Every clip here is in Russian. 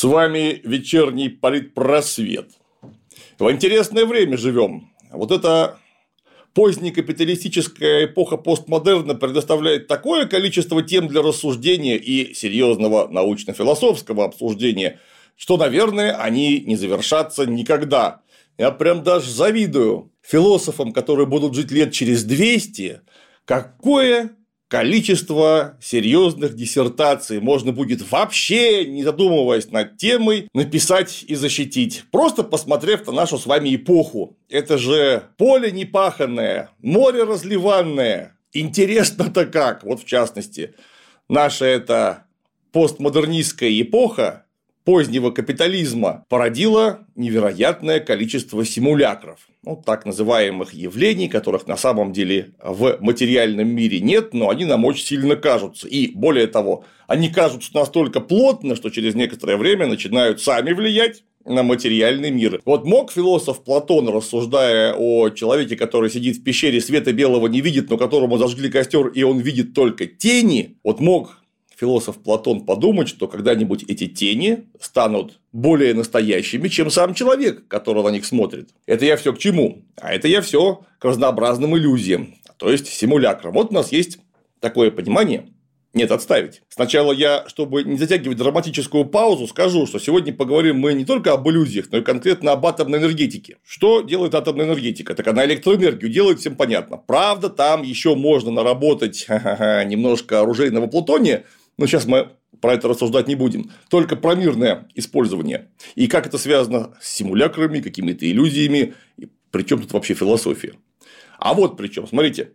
С вами вечерний политпросвет. В интересное время живем. Вот эта позднекапиталистическая эпоха постмодерна предоставляет такое количество тем для рассуждения и серьезного научно-философского обсуждения, что, наверное, они не завершатся никогда. Я прям даже завидую философам, которые будут жить лет через 200, какое количество серьезных диссертаций можно будет, вообще не задумываясь над темой, написать и защитить, просто посмотрев на нашу с вами эпоху. Это же поле непаханное, море разливанное. Интересно-то как, вот в частности, наша эта постмодернистская эпоха позднего капитализма породила невероятное количество симулякров, так называемых явлений, которых на самом деле в материальном мире нет, но они нам очень сильно кажутся. И более того, они кажутся настолько плотно, что через некоторое время начинают сами влиять на материальный мир. Вот мог философ Платон, рассуждая о человеке, который сидит в пещере, света белого не видит, но которому зажгли костер, и он видит только тени, вот мог философ Платон подумать, что когда-нибудь эти тени станут более настоящими, чем сам человек, который на них смотрит. Это я все к чему? А это я все к разнообразным иллюзиям, то есть симулякрам. Вот у нас есть такое понимание. Нет, отставить. Сначала я, чтобы не затягивать драматическую паузу, скажу, что сегодня поговорим мы не только об иллюзиях, но и конкретно об атомной энергетике. Что делает атомная энергетика? Так она электроэнергию делает, всем понятно. Правда, там еще можно наработать немножко оружейного плутония, но сейчас мы про это рассуждать не будем. Только про мирное использование. И как это связано с симулякрами, какими-то иллюзиями. Причем тут вообще философия. А вот причем, смотрите.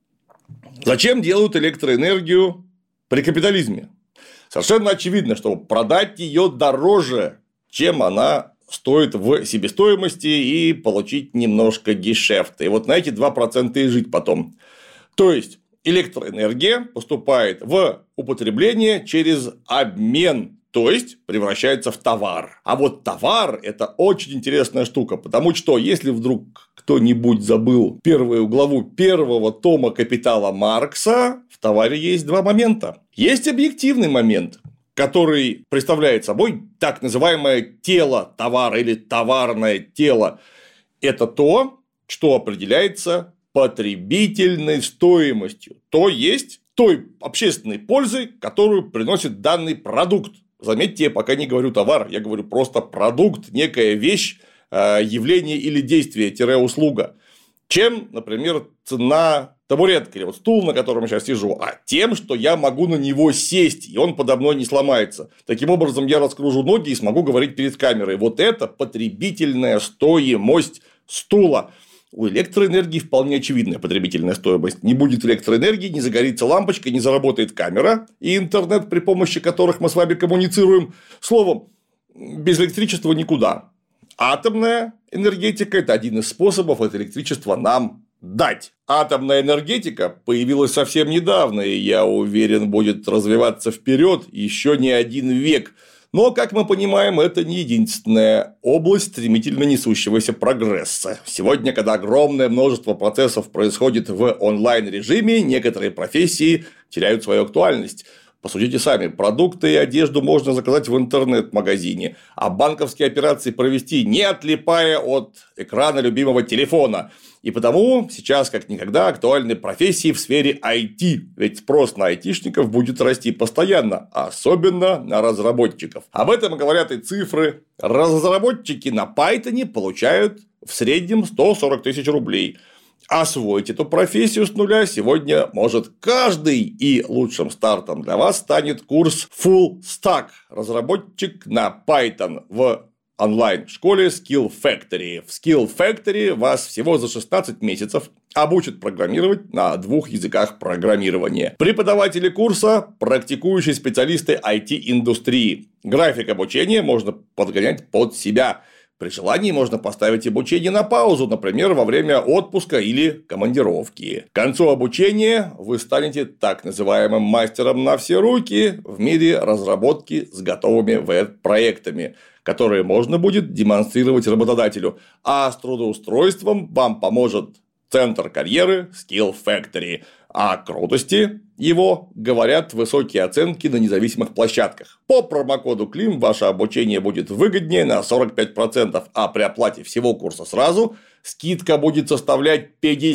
Зачем делают электроэнергию при капитализме? Совершенно очевидно, что продать ее дороже, чем она стоит в себестоимости, и получить немножко гешефта. И вот на эти 2% и жить потом. То есть электроэнергия поступает в употребление через обмен, то есть превращается в товар. А вот товар – это очень интересная штука, потому что если вдруг кто-нибудь забыл первую главу первого тома «Капитала» Маркса, в товаре есть два момента. Есть объективный момент, который представляет собой так называемое тело товара или товарное тело. Это то, что определяется потребительной стоимостью, то есть той общественной пользой, которую приносит данный продукт. Заметьте, я пока не говорю товар, я говорю просто продукт, некая вещь, явление или действие-услуга. Чем, например, цена табуретки или вот стул, на котором я сейчас сижу, а тем, что я могу на него сесть, и он подо мной не сломается. Таким образом, я раскружу ноги и смогу говорить перед камерой. Вот это потребительная стоимость стула. У электроэнергии вполне очевидная потребительная стоимость. Не будет электроэнергии, не загорится лампочка, не заработает камера и интернет, при помощи которых мы с вами коммуницируем. Словом, без электричества никуда. Атомная энергетика – это один из способов это электричество нам дать. Атомная энергетика появилась совсем недавно, и, я уверен, будет развиваться вперед еще не один век. Но, как мы понимаем, это не единственная область стремительно несущегося прогресса. Сегодня, когда огромное множество процессов происходит в онлайн-режиме, некоторые профессии теряют свою актуальность. Посудите сами, продукты и одежду можно заказать в интернет-магазине, а банковские операции провести, не отлипая от экрана любимого телефона. И потому сейчас как никогда актуальны профессии в сфере IT, ведь спрос на айтишников будет расти постоянно, особенно на разработчиков. Об этом говорят и цифры. Разработчики на Python получают в среднем 140 тысяч рублей. Освоить эту профессию с нуля сегодня может каждый, и лучшим стартом для вас станет курс Full Stack – разработчик на Python в онлайн-школе Skill Factory. В Skill Factory вас всего за 16 месяцев обучат программировать на 2 языках программирования. Преподаватели курса – практикующие специалисты IT-индустрии. График обучения можно подгонять под себя. При желании можно поставить обучение на паузу, например, во время отпуска или командировки. К концу обучения вы станете так называемым мастером на все руки в мире разработки с готовыми веб-проектами, которые можно будет демонстрировать работодателю. А с трудоустройством вам поможет Центр карьеры Skill Factory. О крутости его говорят высокие оценки на независимых площадках. По промокоду КЛИМ ваше обучение будет выгоднее на 45%, а при оплате всего курса сразу скидка будет составлять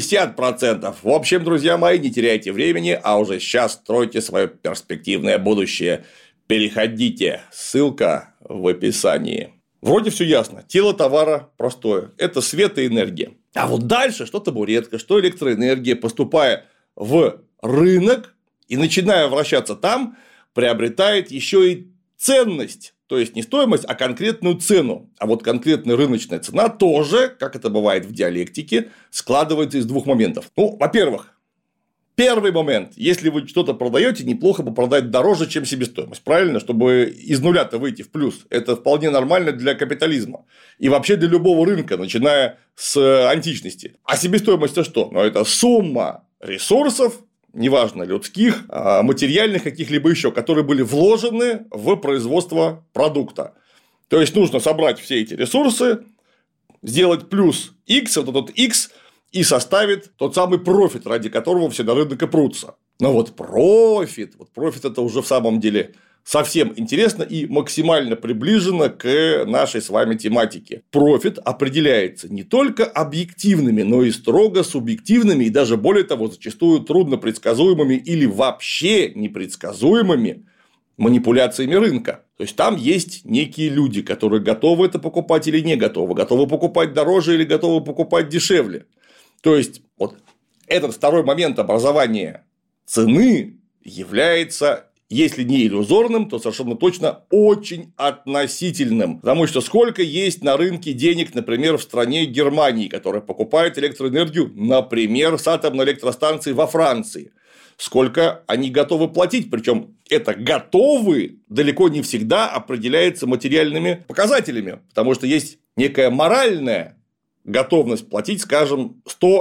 50%. В общем, друзья мои, не теряйте времени, а уже сейчас стройте свое перспективное будущее. Переходите, ссылка в описании. Вроде все ясно. Тело товара простое. Это свет и энергия. А вот дальше что табуретка, что электроэнергия, поступая в рынок и начиная вращаться там, приобретает еще и ценность. То есть не стоимость, а конкретную цену. А вот конкретная рыночная цена тоже, как это бывает в диалектике, складывается из двух моментов. Ну, во-первых, первый момент. Если вы что-то продаете, неплохо бы продать дороже, чем себестоимость. Правильно? Чтобы из нуля-то выйти в плюс. Это вполне нормально для капитализма. И вообще для любого рынка, начиная с античности. А себестоимость это что? Ну, это сумма ресурсов, неважно, людских, материальных, каких-либо еще, которые были вложены в производство продукта. То есть нужно собрать все эти ресурсы, сделать плюс X, вот этот X, и составит тот самый профит, ради которого все на рынок и прутся. Но вот профит это уже в самом деле совсем интересно и максимально приближено к нашей с вами тематике. Профит определяется не только объективными, но и строго субъективными и даже более того, зачастую трудно предсказуемыми или вообще непредсказуемыми манипуляциями рынка. То есть там есть некие люди, которые готовы это покупать или не готовы, готовы покупать дороже или готовы покупать дешевле. То есть вот этот второй момент образования цены является, если не иллюзорным, то совершенно точно очень относительным. Потому что сколько есть на рынке денег, например, в стране Германии, которая покупает электроэнергию, например, с атомной электростанции во Франции. Сколько они готовы платить, причем это готовы далеко не всегда определяется материальными показателями, потому что есть некая моральная готовность платить, скажем,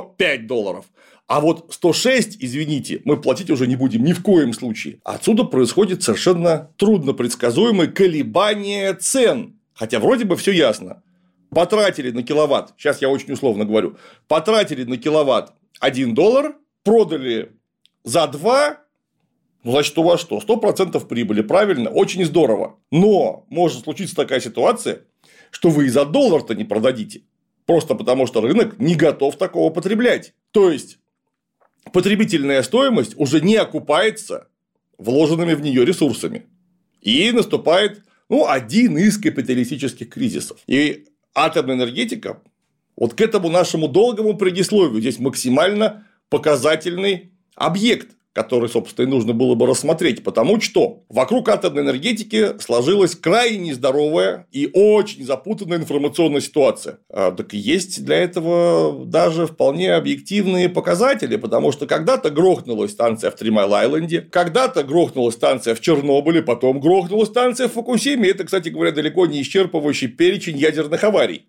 $105. А вот 106, извините, мы платить уже не будем ни в коем случае. Отсюда происходит совершенно трудно предсказуемое колебание цен. Хотя вроде бы все ясно. Потратили на киловатт, сейчас я очень условно говорю, потратили на киловатт $1, продали за 2, ну, значит, у вас что? 100% прибыли, правильно? Очень здорово. Но может случиться такая ситуация, что вы и за $1-то не продадите. Просто потому, что рынок не готов такого потреблять. То есть, потребительная стоимость уже не окупается вложенными в нее ресурсами. И наступает один из капиталистических кризисов. И атомная энергетика вот к этому нашему долгому предисловию здесь максимально показательный объект, который, собственно, и нужно было бы рассмотреть, потому что вокруг атомной энергетики сложилась крайне нездоровая и очень запутанная информационная ситуация. Так и есть для этого даже вполне объективные показатели, потому что когда-то грохнулась станция в 3 Майл-Айленде, когда-то грохнулась станция в Чернобыле, потом грохнулась станция в Фукусиме. Это, кстати говоря, далеко не исчерпывающий перечень ядерных аварий.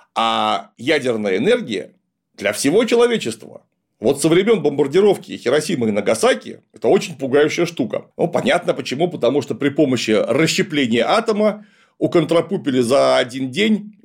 А ядерная энергия для всего человечества. Вот со времен бомбардировки Хиросимы и Нагасаки это очень пугающая штука. Ну, понятно почему, потому что при помощи расщепления атома уконтрапупили за один день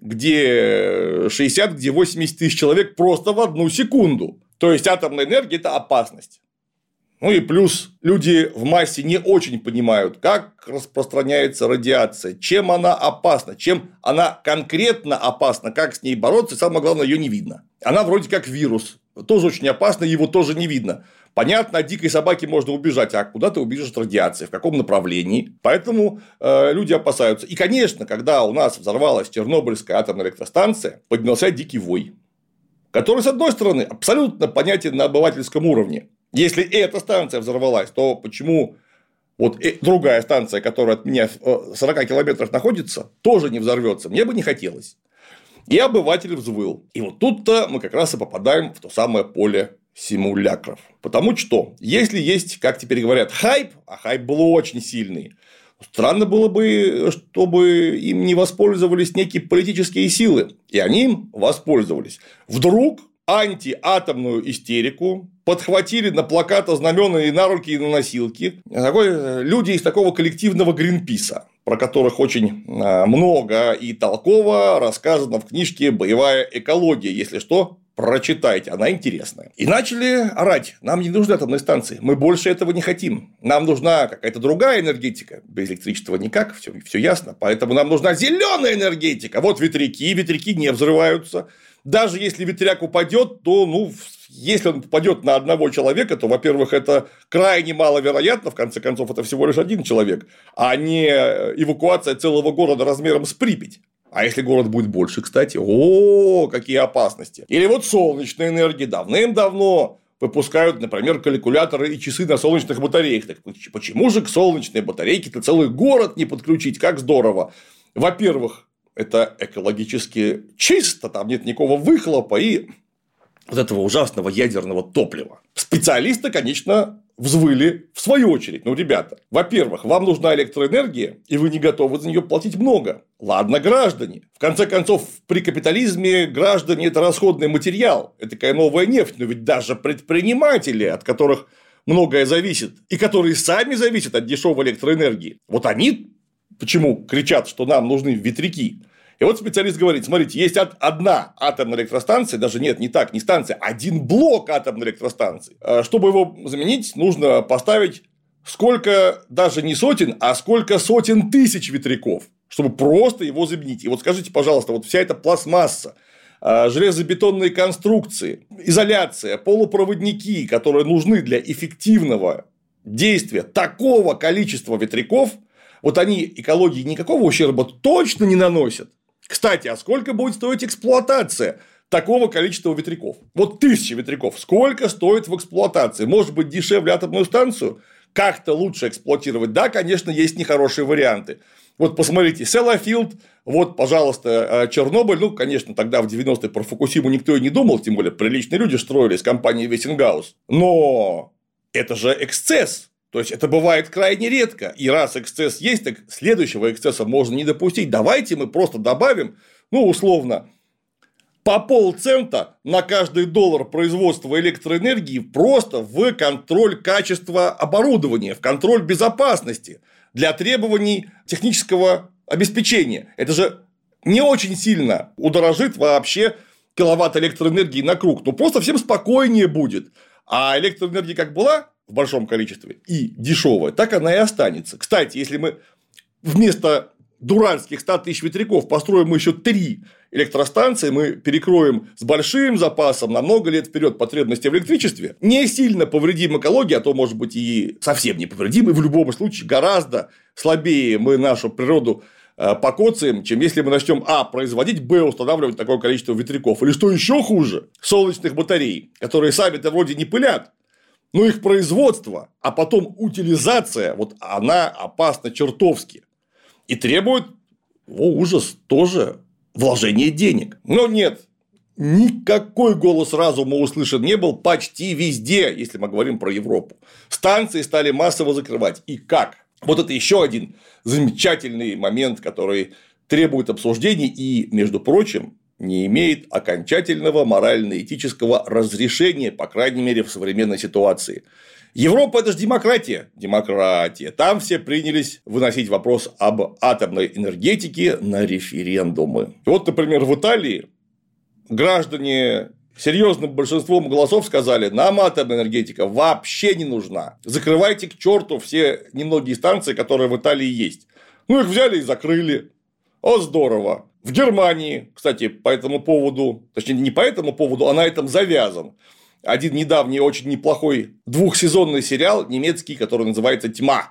где 60, где 80 тысяч человек просто в одну секунду. То есть атомная энергия – это опасность. Ну и плюс люди в массе не очень понимают, как распространяется радиация, чем она опасна, чем она конкретно опасна, как с ней бороться, и самое главное, ее не видно. Она вроде как вирус, тоже очень опасна, его тоже не видно. Понятно, от дикой собаки можно убежать, а куда ты убежишь от радиации, в каком направлении. Поэтому люди опасаются. И, конечно, когда у нас взорвалась Чернобыльская атомная электростанция, поднялся дикий вой, который, с одной стороны, абсолютно понятен на обывательском уровне. Если эта станция взорвалась, то почему вот другая станция, которая от меня в 40 километрах находится, тоже не взорвется? Мне бы не хотелось. И обыватель взвыл. И вот тут-то мы как раз и попадаем в то самое поле симулякров. Потому что, если есть, как теперь говорят, хайп, а хайп был очень сильный, странно было бы, чтобы им не воспользовались некие политические силы. И они им воспользовались. Вдруг антиатомную истерику подхватили на плакаты, знамена и на руки, и на носилки люди из такого коллективного Гринписа. про которых очень много и толково рассказано в книжке «Боевая экология». Если что, прочитайте, она интересная. И начали орать: нам не нужны атомные станции, мы больше этого не хотим. Нам нужна какая-то другая энергетика. Без электричества никак, все ясно. Поэтому нам нужна зеленая энергетика. Вот ветряки не взрываются. Даже если ветряк упадет, то, если он попадет на одного человека, то, во-первых, это крайне маловероятно, в конце концов, это всего лишь один человек, а не эвакуация целого города размером с Припять. А если город будет больше, кстати, какие опасности. Или вот солнечная энергия. Давным-давно выпускают, например, калькуляторы и часы на солнечных батареях. Так почему же к солнечной батарейке-то целый город не подключить? Как здорово. Во-первых, это экологически чисто, там нет никакого выхлопа и вот этого ужасного ядерного топлива. Специалисты, конечно, взвыли в свою очередь. Ребята, во-первых, вам нужна электроэнергия, и вы не готовы за нее платить много. Ладно, граждане. В конце концов, при капитализме граждане – это расходный материал, это такая новая нефть. Но ведь даже предприниматели, от которых многое зависит, и которые сами зависят от дешевой электроэнергии, вот они почему кричат, что нам нужны ветряки. И вот специалист говорит: смотрите, есть одна атомная электростанция, даже нет, не станция, один блок атомной электростанции. Чтобы его заменить, нужно поставить сколько, даже не сотен, а сколько сотен тысяч ветряков, чтобы просто его заменить. И вот скажите, пожалуйста, вот вся эта пластмасса, железобетонные конструкции, изоляция, полупроводники, которые нужны для эффективного действия такого количества ветряков, вот они экологии никакого ущерба точно не наносят. Кстати, а сколько будет стоить эксплуатация такого количества ветряков? Вот 1000 ветряков. Сколько стоит в эксплуатации? Может быть, дешевле атомную станцию? Как-то лучше эксплуатировать? Да, конечно, есть нехорошие варианты. Вот посмотрите, Селлафилд, вот, пожалуйста, Чернобыль. Конечно, тогда в 90-е про Фукусиму никто и не думал, тем более приличные люди строили с компанией Вестингаус. Но это же эксцесс. То есть, это бывает крайне редко. И раз эксцесс есть, так следующего эксцесса можно не допустить. Давайте мы просто добавим, условно, по полцента на каждый доллар производства электроэнергии просто в контроль качества оборудования, в контроль безопасности для требований технического обеспечения. Это же не очень сильно удорожит вообще киловатт электроэнергии на круг. Просто всем спокойнее будет. А электроэнергия как была в большом количестве и дешевая, так она и останется. Кстати, если мы вместо дурацких 100 тысяч ветряков построим еще 3 электростанции, мы перекроем с большим запасом на много лет вперед потребности в электричестве, не сильно повредим экологии, а то, может быть, и совсем не повредим, и в любом случае гораздо слабее мы нашу природу покоцаем, чем если мы начнем производить, устанавливать такое количество ветряков. Или что еще хуже, солнечных батарей, которые сами-то вроде не пылят, но их производство, а потом утилизация, вот она опасна чертовски. И требует, ужас, тоже вложения денег. Но нет, никакой голос разума услышан не был почти везде, если мы говорим про Европу. Станции стали массово закрывать. И как? Вот это еще один замечательный момент, который требует обсуждений и, между прочим, не имеет окончательного морально-этического разрешения, по крайней мере, в современной ситуации. Европа – это же демократия. Демократия. Там все принялись выносить вопрос об атомной энергетике на референдумы. И вот, например, в Италии граждане серьезным большинством голосов сказали: нам атомная энергетика вообще не нужна. Закрывайте к черту все немногие станции, которые в Италии есть. Их взяли и закрыли. Здорово. В Германии, кстати, по этому поводу, точнее, не по этому поводу, а на этом завязан один недавний очень неплохой двухсезонный сериал немецкий, который называется «Тьма»,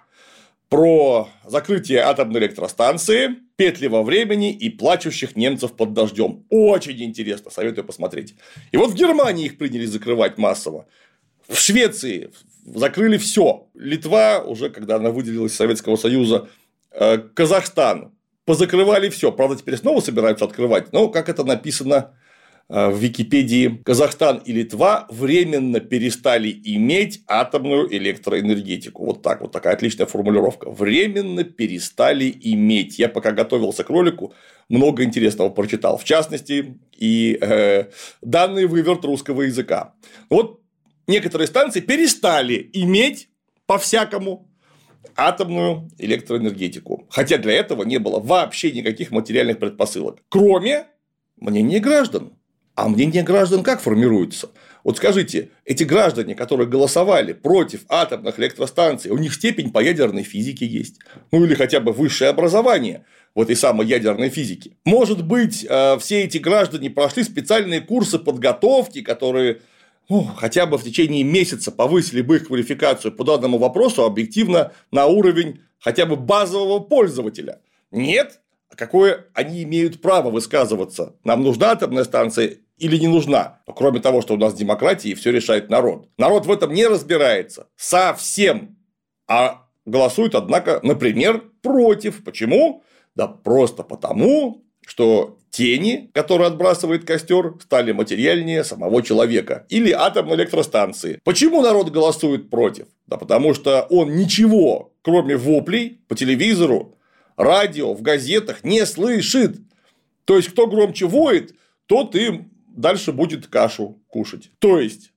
про закрытие атомной электростанции, петли во времени и плачущих немцев под дождем. Очень интересно, советую посмотреть. И вот в Германии их принялись закрывать массово. В Швеции закрыли все. Литва, уже когда она выделилась из Советского Союза, Казахстан. Позакрывали все. Правда, теперь снова собираются открывать. Но, как это написано в Википедии, Казахстан и Литва временно перестали иметь атомную электроэнергетику. Вот так. Вот такая отличная формулировка. Временно перестали иметь. Я пока готовился к ролику, много интересного прочитал. В частности, и данный выверт русского языка. Вот некоторые станции перестали иметь по-всякому атомную электроэнергетику. Хотя для этого не было вообще никаких материальных предпосылок. Кроме мнения граждан. А мнение граждан как формируется? Вот скажите, эти граждане, которые голосовали против атомных электростанций, у них степень по ядерной физике есть. Ну или хотя бы высшее образование в этой самой ядерной физике. Может быть, все эти граждане прошли специальные курсы подготовки, которые хотя бы в течение месяца повысили бы их квалификацию по данному вопросу объективно на уровень хотя бы базового пользователя. Нет? А какое они имеют право высказываться? Нам нужна атомная станция или не нужна? Но кроме того, что у нас демократия и все решает народ. Народ в этом не разбирается совсем. А голосует, однако, например, против. Почему? Да просто потому, что тени, которые отбрасывает костер, стали материальнее самого человека. Или атомной электростанции. Почему народ голосует против? Да потому что он ничего, кроме воплей по телевизору, радио, в газетах не слышит. То есть, кто громче воет, тот и дальше будет кашу кушать. То есть,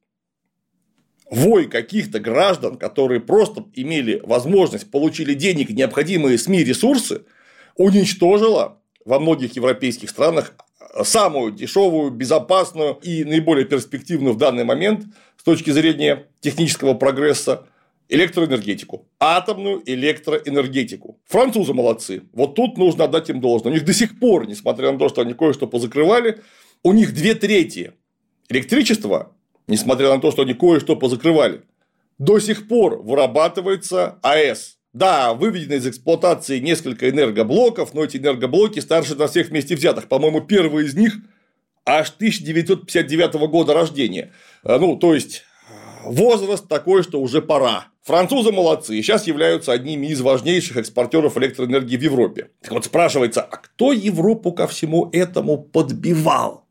вой каких-то граждан, которые просто имели возможность, получили денег, необходимые СМИ ресурсы, уничтожила во многих европейских странах самую дешевую, безопасную и наиболее перспективную в данный момент с точки зрения технического прогресса электроэнергетику, атомную электроэнергетику. Французы молодцы. Вот тут нужно отдать им должное. У них до сих пор, несмотря на то, что они кое-что позакрывали, у них 2/3 электричества, несмотря на то, что они кое-что позакрывали, до сих пор вырабатывается АЭС. Да, выведено из эксплуатации несколько энергоблоков, но эти энергоблоки старше на всех вместе взятых. По-моему, первый из них аж 1959 года рождения. Ну, то есть, возраст такой, что уже пора. Французы молодцы и сейчас являются одними из важнейших экспортеров электроэнергии в Европе. Так вот, спрашивается, а кто Европу ко всему этому подбивал?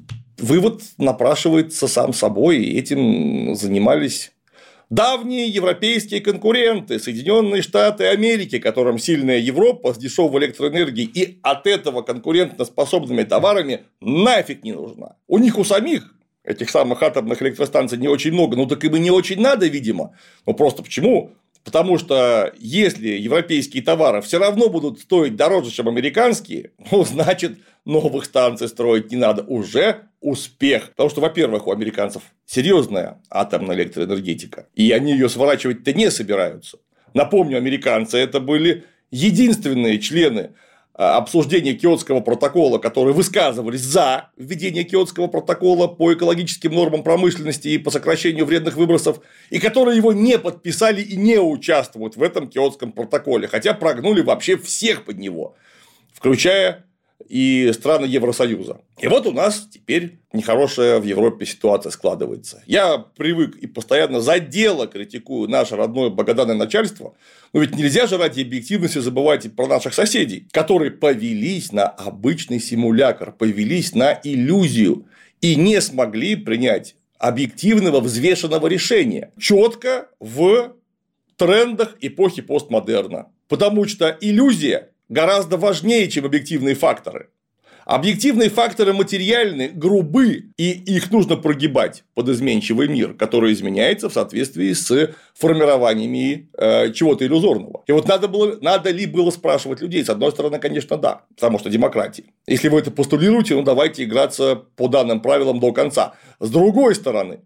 Вывод напрашивается сам собой, и этим занимались давние европейские конкуренты, Соединенные Штаты Америки, которым сильная Европа с дешевой электроэнергией и от этого конкурентоспособными товарами нафиг не нужна. У них у самих этих самых атомных электростанций не очень много, ну так им и не очень надо, видимо. Ну просто почему? Потому что если европейские товары все равно будут стоить дороже, чем американские, ну, значит, новых станций строить не надо. Уже успех. Потому что, во-первых, у американцев серьезная атомная электроэнергетика, и они ее сворачивать-то не собираются. Напомню, американцы это были единственные члены обсуждения Киотского протокола, которые высказывались за введение Киотского протокола по экологическим нормам промышленности и по сокращению вредных выбросов, и которые его не подписали и не участвуют в этом Киотском протоколе, хотя прогнули вообще всех под него, включая и страны Евросоюза. И вот у нас теперь нехорошая в Европе ситуация складывается. Я привык и постоянно за дело критикую наше родное богоданное начальство, но ведь нельзя же ради объективности забывать и про наших соседей, которые повелись на обычный симулякр, повелись на иллюзию и не смогли принять объективного взвешенного решения четко в трендах эпохи постмодерна. Потому что иллюзия гораздо важнее, чем объективные факторы. Объективные факторы материальны, грубы, и их нужно прогибать под изменчивый мир, который изменяется в соответствии с формированиями чего-то иллюзорного. И вот надо ли было спрашивать людей? С одной стороны, конечно, да, потому что демократия. Если вы это постулируете, ну давайте играться по данным правилам до конца. С другой стороны,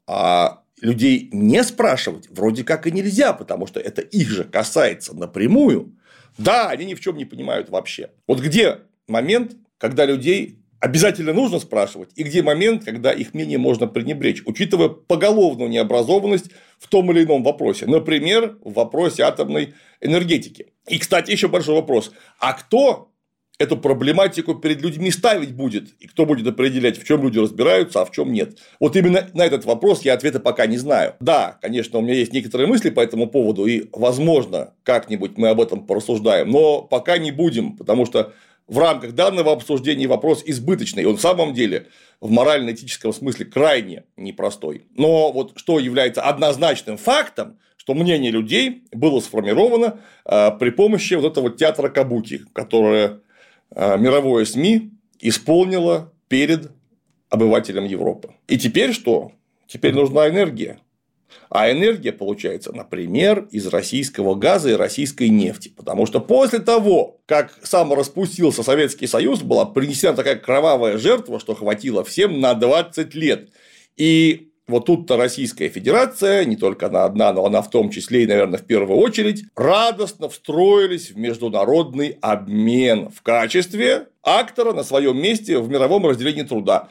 людей не спрашивать вроде как и нельзя, потому что это их же касается напрямую. Да, они ни в чем не понимают вообще. Вот где момент, когда людей обязательно нужно спрашивать, и где момент, когда их мнение можно пренебречь, учитывая поголовную необразованность в том или ином вопросе. Например, в вопросе атомной энергетики. И, кстати, еще большой вопрос. А кто эту проблематику перед людьми ставить будет? И кто будет определять, в чем люди разбираются, а в чем нет? Вот именно на этот вопрос я ответа пока не знаю. Да, конечно, у меня есть некоторые мысли по этому поводу, и, возможно, как-нибудь мы об этом порассуждаем, но пока не будем, потому что в рамках данного обсуждения вопрос избыточный, и он в самом деле в морально-этическом смысле крайне непростой. Но вот что является однозначным фактом, что мнение людей было сформировано при помощи вот этого театра кабуки, которое мировое СМИ исполнило перед обывателем Европы. И теперь что? Теперь нужна энергия. А энергия получается, например, из российского газа и российской нефти. Потому что после того, как самораспустился Советский Союз, была принесена такая кровавая жертва, что хватило всем на 20 лет. И вот тут-то Российская Федерация, не только она одна, но она в том числе и, наверное, в первую очередь, радостно встроились в международный обмен в качестве актора на своем месте в мировом разделении труда.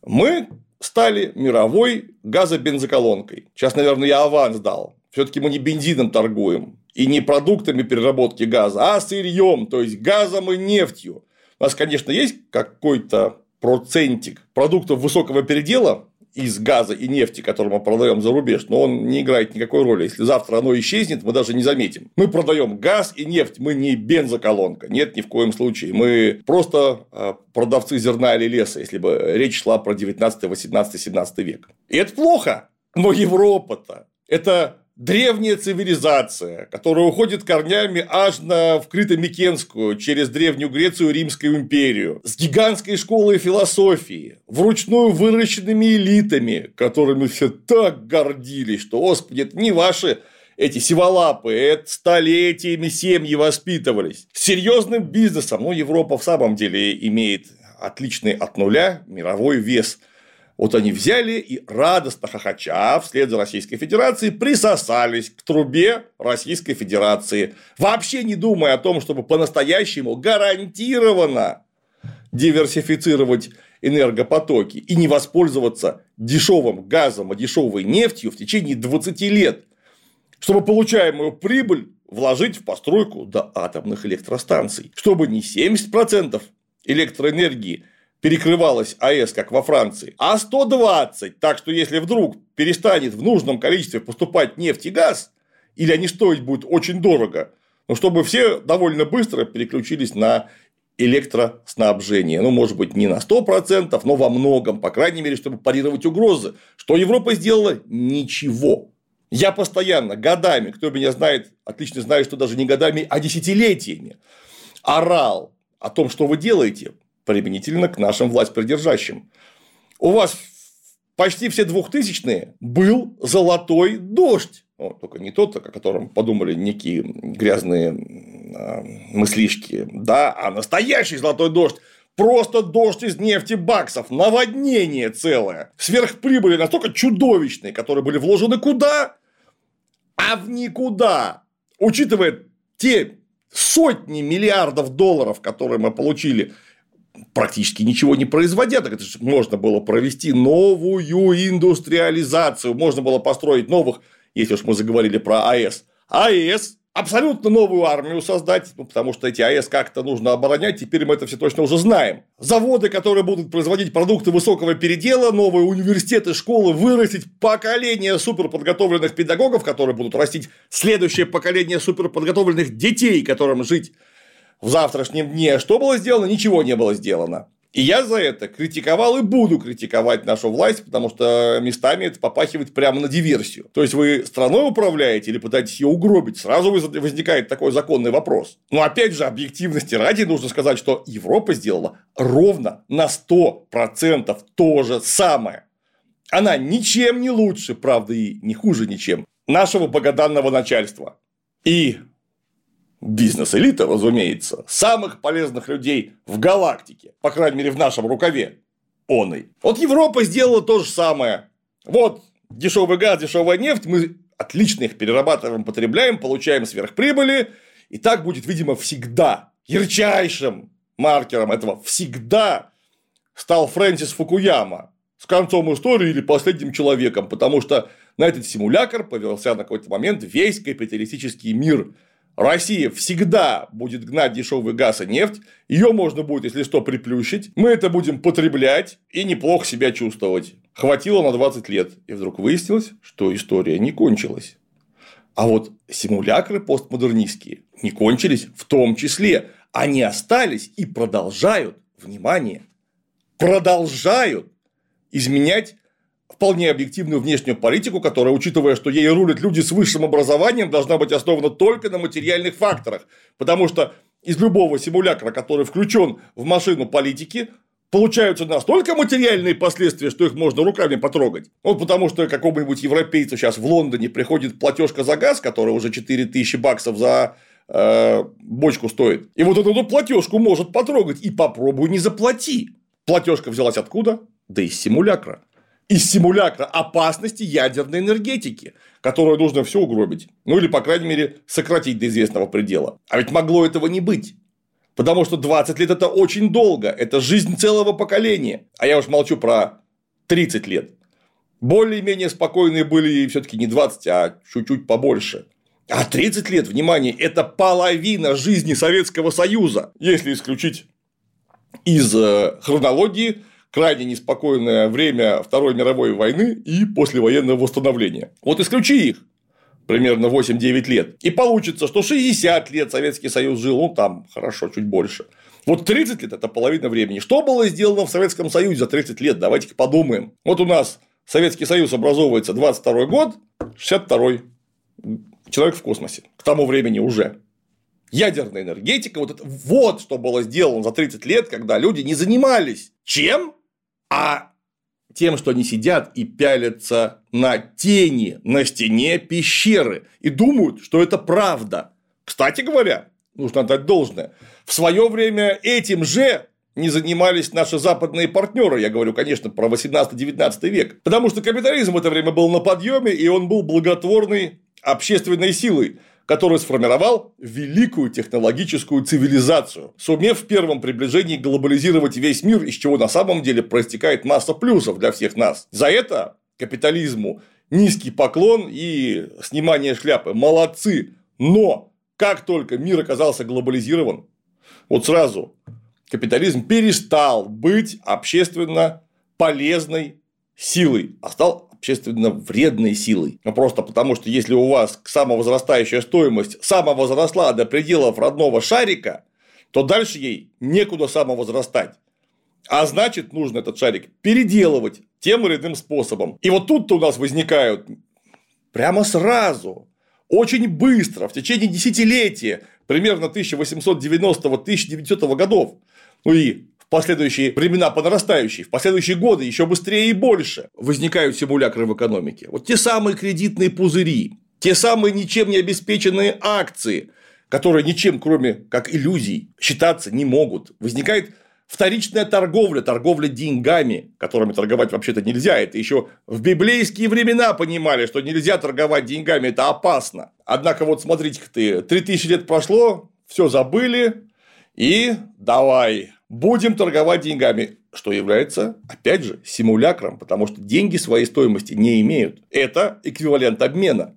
Мы стали мировой газобензоколонкой. Сейчас, наверное, я аванс дал. Все-таки мы не бензином торгуем и не продуктами переработки газа, а сырьем, то есть газом и нефтью. У нас, конечно, есть какой-то процентик продуктов высокого передела из газа и нефти, который мы продаем за рубеж, но он не играет никакой роли. Если завтра оно исчезнет, мы даже не заметим. Мы продаем газ и нефть, мы не бензоколонка. Нет, ни в коем случае. Мы просто продавцы зерна или леса, если бы речь шла про 19, 18, 17 век. И это плохо. Но Европа-то это древняя цивилизация, которая уходит корнями аж в Крито-Микенскую, через Древнюю Грецию и Римскую империю, с гигантской школой философии, вручную выращенными элитами, которыми все так гордились, что, господи, это не ваши эти сиволапы, это столетиями семьи воспитывались. С серьезным бизнесом, но Европа в самом деле имеет отличный от нуля мировой вес. Вот они взяли и радостно хохоча вслед за Российской Федерацией присосались к трубе Российской Федерации, вообще не думая о том, чтобы по-настоящему гарантированно диверсифицировать энергопотоки и не воспользоваться дешевым газом и дешевой нефтью в течение 20 лет, чтобы получаемую прибыль вложить в постройку атомных электростанций, чтобы не 70% электроэнергии перекрывалась АЭС, как во Франции, а 120. Так что, если вдруг перестанет в нужном количестве поступать нефть и газ, или они стоить будут очень дорого, но чтобы все довольно быстро переключились на электроснабжение. Ну, может быть, не на 100%, но во многом, по крайней мере, чтобы парировать угрозы. Что Европа сделала? Ничего. Я постоянно, годами, кто меня знает, отлично знает, что даже не годами, а десятилетиями орал о том, что вы делаете, применительно к нашим властьпридержащим. У вас почти все 2000-е был золотой дождь. Только не тот, о котором подумали некие грязные мыслишки, да, а настоящий золотой дождь. Просто дождь из нефтебаксов, наводнение целое. Сверхприбыли настолько чудовищные, которые были вложены куда? А в никуда. Учитывая те сотни миллиардов долларов, которые мы получили, практически ничего не производя, так это же можно было провести новую индустриализацию, можно было построить новых, если уж мы заговорили про АЭС, абсолютно новую армию создать, потому что эти АЭС как-то нужно оборонять, теперь мы это все точно уже знаем. Заводы, которые будут производить продукты высокого передела, новые университеты, школы, вырастить поколение суперподготовленных педагогов, которые будут растить следующее поколение суперподготовленных детей, которым жить в завтрашнем дне. Что было сделано? Ничего не было сделано. И я за это критиковал и буду критиковать нашу власть, потому что местами это попахивает прямо на диверсию. То есть вы страной управляете или пытаетесь ее угробить, сразу возникает такой законный вопрос. Но опять же, объективности ради нужно сказать, что Европа сделала ровно на 100% то же самое. Она ничем не лучше, правда, и не хуже ничем нашего богоданного начальства. И бизнес-элита, разумеется, самых полезных людей в галактике, по крайней мере, в нашем рукаве, оной. Вот Европа сделала то же самое. Вот дешевый газ, дешевая нефть, мы отлично их перерабатываем, потребляем, получаем сверхприбыли, и так будет, видимо, всегда. Ярчайшим маркером этого всегда стал Фрэнсис Фукуяма с концом истории или последним человеком, потому что на этот симулятор повелся на какой-то момент весь капиталистический мир. Россия всегда будет гнать дешевый газ и нефть, ее можно будет, если что, приплющить, мы это будем потреблять и неплохо себя чувствовать. Хватило на 20 лет, и вдруг выяснилось, что история не кончилась. А вот симулякры постмодернистские не кончились в том числе, они остались и продолжают, внимание, продолжают изменять вполне объективную внешнюю политику, которая, учитывая, что ей рулят люди с высшим образованием, должна быть основана только на материальных факторах. Потому что из любого симулякра, который включен в машину политики, получаются настолько материальные последствия, что их можно руками потрогать. Вот потому что какому-нибудь европейцу сейчас в Лондоне приходит платежка за газ, которая уже $4000 за бочку стоит. И вот эту платежку может потрогать. И попробуй не заплати. Платежка взялась откуда? Да из симулякра. Из симулякра опасности ядерной энергетики, которую нужно все угробить. Ну или, по крайней мере, сократить до известного предела. А ведь могло этого не быть. Потому что 20 лет – это очень долго. Это жизнь целого поколения. А я уж молчу про 30 лет. Более-менее спокойные были все-таки не 20, а чуть-чуть побольше. А 30 лет, внимание, это половина жизни Советского Союза. Если исключить из хронологии крайне неспокойное время Второй мировой войны и послевоенного восстановления. Вот исключи их. Примерно 8-9 лет. И получится, что 60 лет Советский Союз жил, ну там хорошо, чуть больше. Вот 30 лет – это половина времени. Что было сделано в Советском Союзе за 30 лет? Давайте-ка подумаем. Вот у нас Советский Союз образовывается 22 год, 62-й. Человек в космосе. К тому времени уже. Ядерная энергетика, вот что было сделано за 30 лет, когда люди не занимались чем? А тем, что они сидят и пялятся на тени на стене пещеры и думают, что это правда. Кстати говоря, нужно отдать должное, в свое время этим же не занимались наши западные партнеры. Я говорю, конечно, про 18-19 век. Потому что капитализм в это время был на подъеме, и он был благотворной общественной силой, который сформировал великую технологическую цивилизацию, сумев в первом приближении глобализировать весь мир, из чего на самом деле проистекает масса плюсов для всех нас. За это капитализму низкий поклон и снимание шляпы. Молодцы! Но как только мир оказался глобализирован, вот сразу капитализм перестал быть общественно полезной силой, а стал общественно вредной силой. Ну, просто потому, что если у вас самовозрастающая стоимость самовозросла до пределов родного шарика, то дальше ей некуда самовозрастать. А значит, нужно этот шарик переделывать тем или иным способом. И вот тут-то у нас возникают прямо сразу, очень быстро, в течение десятилетия, примерно 1890-1900 годов, ну и в последующие времена по нарастающей, в последующие годы еще быстрее и больше возникают симулякры в экономике. Вот те самые кредитные пузыри, те самые ничем не обеспеченные акции, которые ничем, кроме как иллюзий, считаться не могут. Возникает вторичная торговля, торговля деньгами, которыми торговать вообще-то нельзя. Это еще в библейские времена понимали, что нельзя торговать деньгами, это опасно. Однако вот смотрите-ка ты, 3000 лет прошло, все забыли, и давай. Будем торговать деньгами, что является, опять же, симулякром, потому что деньги своей стоимости не имеют. Это эквивалент обмена.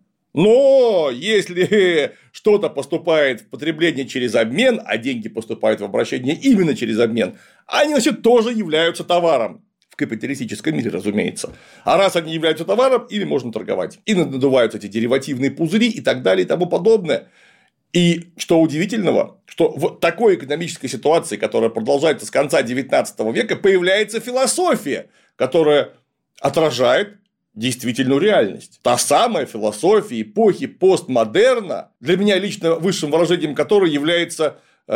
Но если что-то поступает в потребление через обмен, а деньги поступают в обращение именно через обмен, они, значит, тоже являются товаром. В капиталистическом мире, разумеется. А раз они являются товаром, ими можно торговать. И надуваются эти деривативные пузыри и так далее и тому подобное. И что удивительного, что в такой экономической ситуации, которая продолжается с конца XIX века, появляется философия, которая отражает действительную реальность. Та самая философия эпохи постмодерна, для меня лично высшим выражением которой является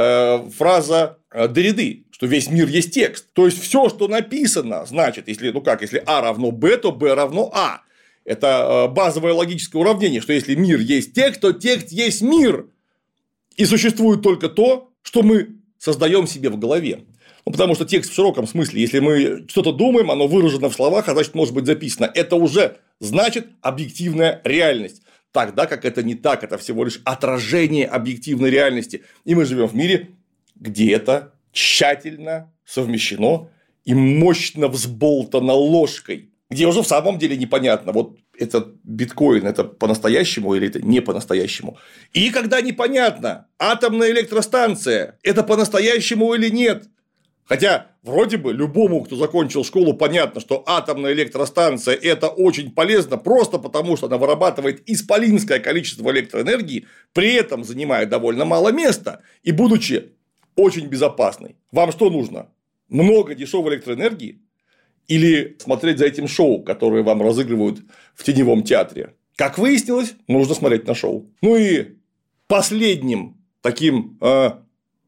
фраза Дерриды, что весь мир есть текст. То есть все, что написано, значит, если А равно Б, то Б равно А. Это базовое логическое уравнение, что если мир есть текст, то текст есть мир. И существует только то, что мы создаем себе в голове. Ну, потому что текст в широком смысле, если мы что-то думаем, оно выражено в словах, а значит, может быть записано. Это уже значит объективная реальность. Тогда как это не так, это всего лишь отражение объективной реальности. И мы живем в мире, где это тщательно совмещено и мощно взболтано ложкой. Где уже в самом деле непонятно, вот этот биткоин, это по-настоящему или это не по-настоящему. И когда непонятно, атомная электростанция, это по-настоящему или нет. Хотя, вроде бы, любому, кто закончил школу, понятно, что атомная электростанция – это очень полезно, просто потому, что она вырабатывает исполинское количество электроэнергии, при этом занимая довольно мало места и будучи очень безопасной. Вам что нужно? Много дешевой электроэнергии? Или смотреть за этим шоу, которое вам разыгрывают в теневом театре? Как выяснилось, нужно смотреть на шоу. Ну и последним таким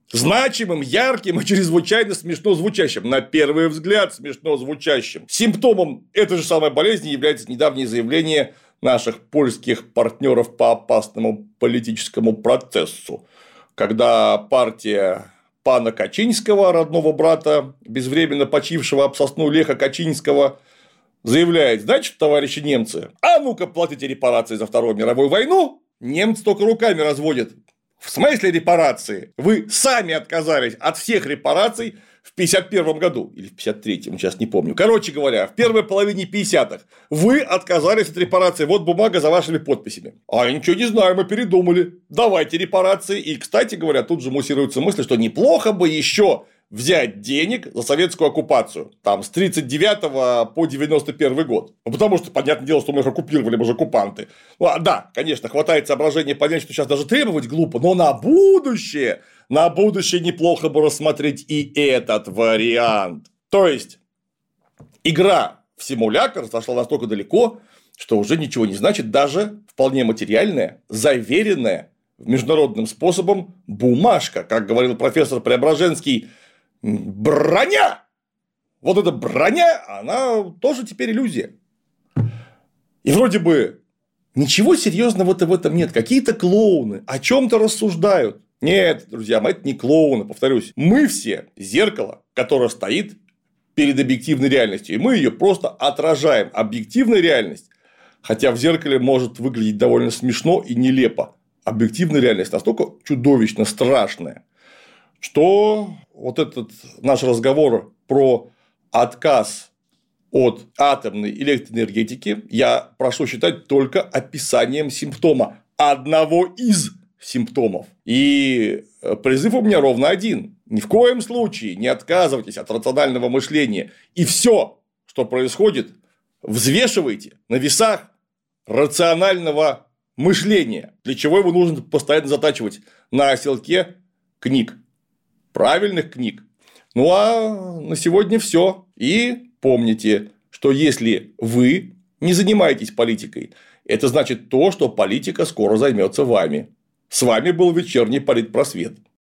значимым, ярким и чрезвычайно смешно звучащим. На первый взгляд смешно звучащим. Симптомом этой же самой болезни является недавнее заявление наших польских партнеров по опасному политическому процессу, когда партия пана Качинского, родного брата безвременно почившего об сосну Леха Качинского, заявляет: значит, товарищи немцы, а ну-ка платите репарации за Вторую мировую войну. Немцы только руками разводят. В смысле репарации? Вы сами отказались от всех репараций в 1951 году. Или в 1953, сейчас не помню. Короче говоря, в первой половине 50-х вы отказались от репараций. Вот бумага за вашими подписями. А ничего не знаю, мы передумали. Давайте репарации. И, кстати говоря, тут же муссируется мысль, что неплохо бы еще взять денег за советскую оккупацию. Там с 1939 по 1991 год. Ну, потому что, понятное дело, что мы их оккупировали, мы же оккупанты. Ну, да, конечно, хватает соображения понять, что сейчас даже требовать глупо, но на будущее неплохо бы рассмотреть и этот вариант. То есть, игра в симулятор зашла настолько далеко, что уже ничего не значит даже вполне материальная, заверенная международным способом бумажка. Как говорил профессор Преображенский, броня! Вот эта броня, она тоже теперь иллюзия. И вроде бы ничего серьезного-то в этом нет. Какие-то клоуны о чем-то рассуждают. Нет, друзья мои, это не клоуны, повторюсь. Мы все зеркало, которое стоит перед объективной реальностью. И мы ее просто отражаем. Объективная реальность, хотя в зеркале может выглядеть довольно смешно и нелепо. Объективная реальность настолько чудовищно страшная, что вот этот наш разговор про отказ от атомной электроэнергетики я прошу считать только описанием симптома, одного из симптомов. И призыв у меня ровно один. Ни в коем случае не отказывайтесь от рационального мышления. И все, что происходит, взвешивайте на весах рационального мышления, для чего его нужно постоянно затачивать на оселке книг. Правильных книг. Ну а на сегодня все. И помните, что если вы не занимаетесь политикой, это значит то, что политика скоро займется вами. С вами был вечерний политпросвет.